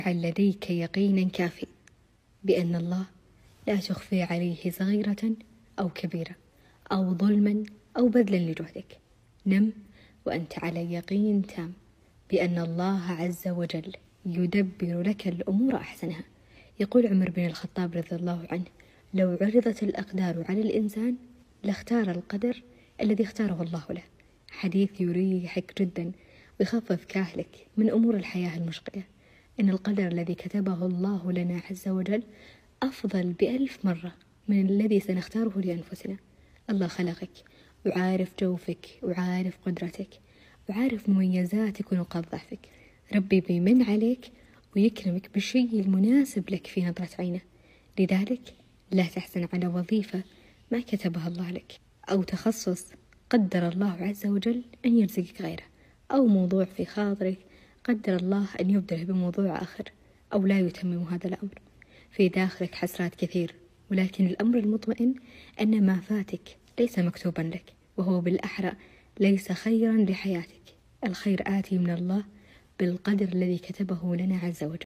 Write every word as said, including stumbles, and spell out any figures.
اجعل لديك يقينا كافي بأن الله لا تخفي عليه صغيرة أو كبيرة أو ظلما أو بذلا لجهدك. نم وأنت على يقين تام بأن الله عز وجل يدبر لك الأمور أحسنها. يقول عمر بن الخطاب رضي الله عنه: لو عرضت الأقدار على الإنسان لاختار القدر الذي اختاره الله له. حديث يريحك جدا ويخفف كاهلك من أمور الحياة المشقية. إن القدر الذي كتبه الله لنا عز وجل أفضل بألف مرة من الذي سنختاره لأنفسنا. الله خلقك وعارف جوفك وعارف قدرتك وعارف مميزاتك ونقاط ضعفك. ربي بيمن عليك ويكرمك بالشيء المناسب لك في نظرة عينه. لذلك لا تحزن على وظيفة ما كتبها الله لك، أو تخصص قدر الله عز وجل أن يرزقك غيره، أو موضوع في خاطرك قدر الله أن يبدله بموضوع آخر أو لا يتمم هذا الأمر. في داخلك حسرات كثير، ولكن الأمر المطمئن أن ما فاتك ليس مكتوبا لك، وهو بالأحرى ليس خيرا لحياتك. الخير آتي من الله بالقدر الذي كتبه لنا عز وجل.